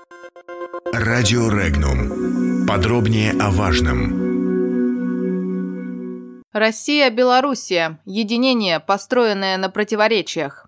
Радио Регнум. Подробнее о важном. Россия-Белоруссия. Единение, построенное на противоречиях.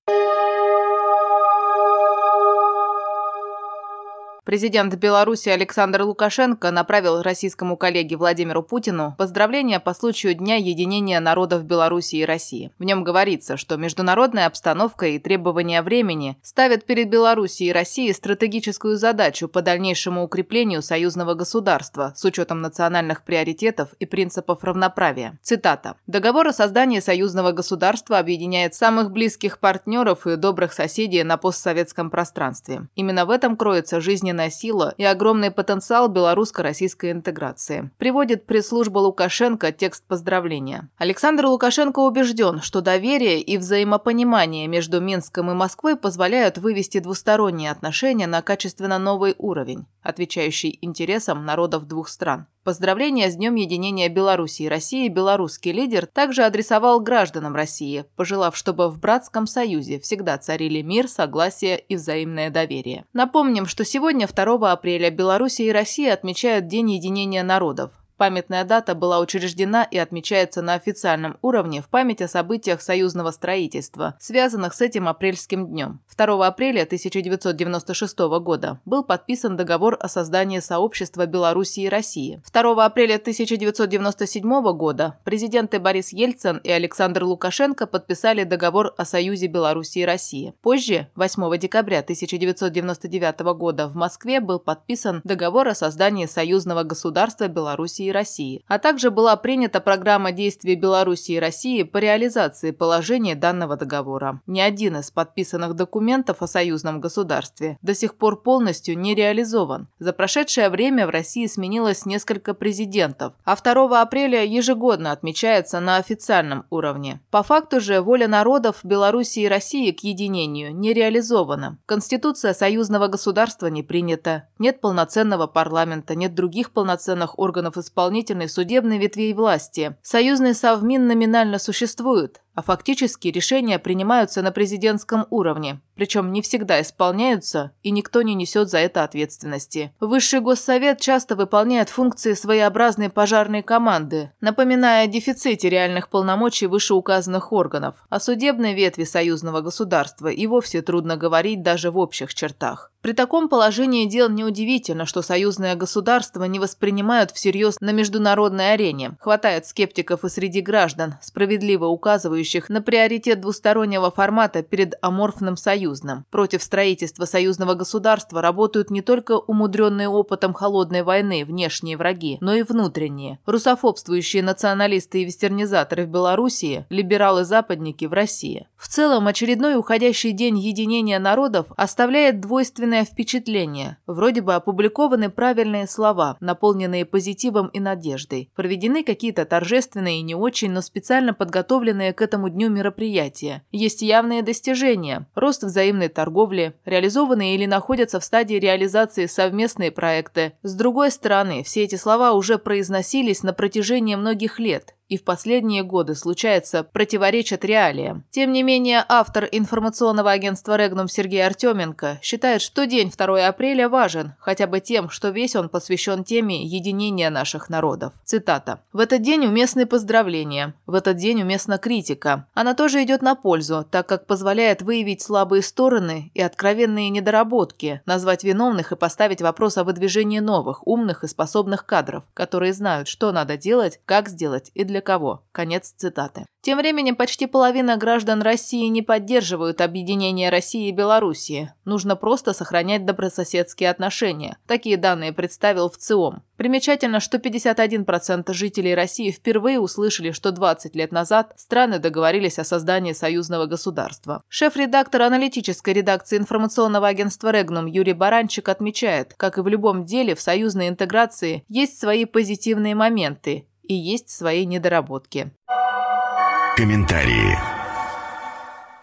Президент Беларуси Александр Лукашенко направил российскому коллеге Владимиру Путину поздравления по случаю Дня единения народов Беларуси и России. В нем говорится, что международная обстановка и требования времени ставят перед Белоруссией и Россией стратегическую задачу по дальнейшему укреплению союзного государства с учетом национальных приоритетов и принципов равноправия. Цитата. «Договор о создании союзного государства объединяет самых близких партнеров и добрых соседей на постсоветском пространстве. Именно в этом кроется жизненная сила и огромный потенциал белорусско-российской интеграции», приводит пресс-служба Лукашенко текст поздравления. Александр Лукашенко убежден, что доверие и взаимопонимание между Минском и Москвой позволяют вывести двусторонние отношения на качественно новый уровень, отвечающий интересам народов двух стран. Поздравления с Днем единения Беларуси и России белорусский лидер также адресовал гражданам России, пожелав, чтобы в братском союзе всегда царили мир, согласие и взаимное доверие. Напомним, что сегодня, 2 апреля, Белоруссия и Россия отмечают День единения народов. Памятная дата была учреждена и отмечается на официальном уровне в память о событиях союзного строительства, связанных с этим апрельским днем. 2 апреля 1996 года был подписан договор о создании сообщества Беларуси и России. 2 апреля 1997 года президенты Борис Ельцин и Александр Лукашенко подписали договор о союзе Беларуси и России. Позже, 8 декабря 1999 года в Москве был подписан договор о создании союзного государства Беларуси и России, а также была принята программа действий Беларуси и России по реализации положений данного договора. Ни один из подписанных документов о союзном государстве до сих пор полностью не реализован. За прошедшее время в России сменилось несколько президентов, а 2 апреля ежегодно отмечается на официальном уровне. По факту же воля народов Беларуси и России к единению не реализована. Конституция союзного государства не принята, нет полноценного парламента, нет других полноценных органов исполнительной, судебной ветвей власти. Союзный Совмин номинально существует, а фактически решения принимаются на президентском уровне, причем не всегда исполняются, и никто не несет за это ответственности. Высший Госсовет часто выполняет функции своеобразной пожарной команды, напоминая о дефиците реальных полномочий вышеуказанных органов. О судебной ветви союзного государства и вовсе трудно говорить даже в общих чертах. При таком положении дел неудивительно, что союзное государство не воспринимают всерьез на международной арене. Хватает скептиков и среди граждан, справедливо указывающих на приоритет двустороннего формата перед аморфным союзным. Против строительства союзного государства работают не только умудренные опытом холодной войны внешние враги, но и внутренние. Русофобствующие националисты и вестернизаторы в Белоруссии, либералы-западники в России. В целом, очередной уходящий день единения народов оставляет двойственное впечатление. Вроде бы опубликованы правильные слова, наполненные позитивом и надеждой. Проведены какие-то торжественные и не очень, но специально подготовленные к этому дню мероприятия. Есть явные достижения. Рост взаимной торговли, реализованные или находятся в стадии реализации совместные проекты. С другой стороны, все эти слова уже произносились на протяжении многих лет. И в последние годы, случается, противоречат реалиям. Тем не менее, автор информационного агентства «Регнум» Сергей Артеменко считает, что день 2 апреля важен, хотя бы тем, что весь он посвящен теме единения наших народов. Цитата. «В этот день уместны поздравления, в этот день уместна критика. Она тоже идет на пользу, так как позволяет выявить слабые стороны и откровенные недоработки, назвать виновных и поставить вопрос о выдвижении новых, умных и способных кадров, которые знают, что надо делать, как сделать и для кого». Конец цитаты. Тем временем почти половина граждан России не поддерживают объединение России и Белоруссии. Нужно просто сохранять добрососедские отношения. Такие данные представил ВЦИОМ. Примечательно, что 51% жителей России впервые услышали, что 20 лет назад страны договорились о создании союзного государства. Шеф-редактор аналитической редакции информационного агентства «Регнум» Юрий Баранчик отмечает, как и в любом деле в союзной интеграции есть свои позитивные моменты и есть свои недоработки. Комментарии.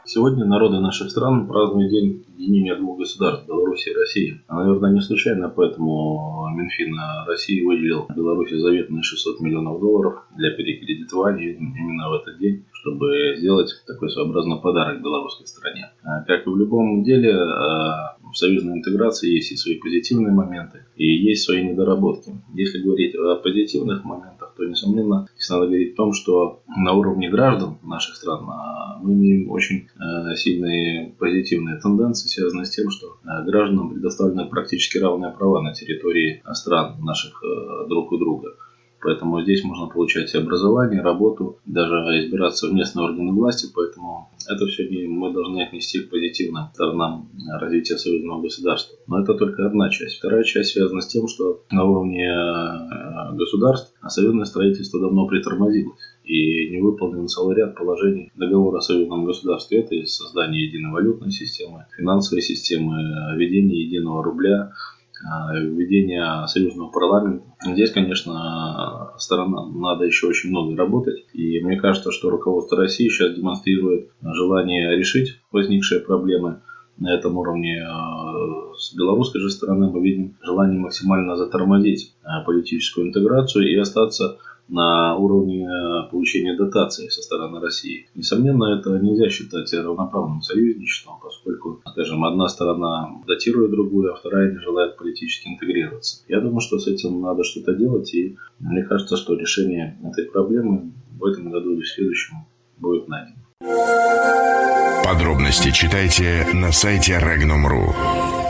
Сегодня народы наших стран празднуют День единения двух государств – Беларуси и России. Наверное, не случайно, поэтому Минфин России выделил Беларуси заветные $600 миллионов для перекредитования именно в этот день, чтобы сделать такой своеобразный подарок белорусской стране. Как и в любом деле, в союзной интеграции есть и свои позитивные моменты, и есть свои недоработки. Если говорить о позитивных моментах, то, несомненно, здесь надо говорить о том, что на уровне граждан наших стран мы имеем очень сильные позитивные тенденции, связанные с тем, что гражданам предоставлены практически равные права на территории стран наших друг у друга. Поэтому здесь можно получать образование, работу, даже избираться в местные органы власти. Поэтому это все мы должны отнести к позитивным сторонам развития союзного государства. Но это только одна часть. Вторая часть связана с тем, что на уровне государств союзное строительство давно притормозилось. И не выполнен целый ряд положений договора о союзном государстве. Это и создание единой валютной системы, финансовой системы, введение единого рубля, введение союзного парламента. Здесь, конечно, сторонам надо еще очень много работать. И мне кажется, что руководство России сейчас демонстрирует желание решить возникшие проблемы на этом уровне. С белорусской же стороны мы видим желание максимально затормозить политическую интеграцию и остаться на уровне получения дотаций со стороны России. Несомненно, это нельзя считать равноправным союзничеством, поскольку, скажем, одна сторона датирует другую, а вторая не желает политически интегрироваться. Я думаю, что с этим надо что-то делать, и мне кажется, что решение этой проблемы в этом году или в следующем будет найдено. Подробности читайте на сайте Regnum.ru.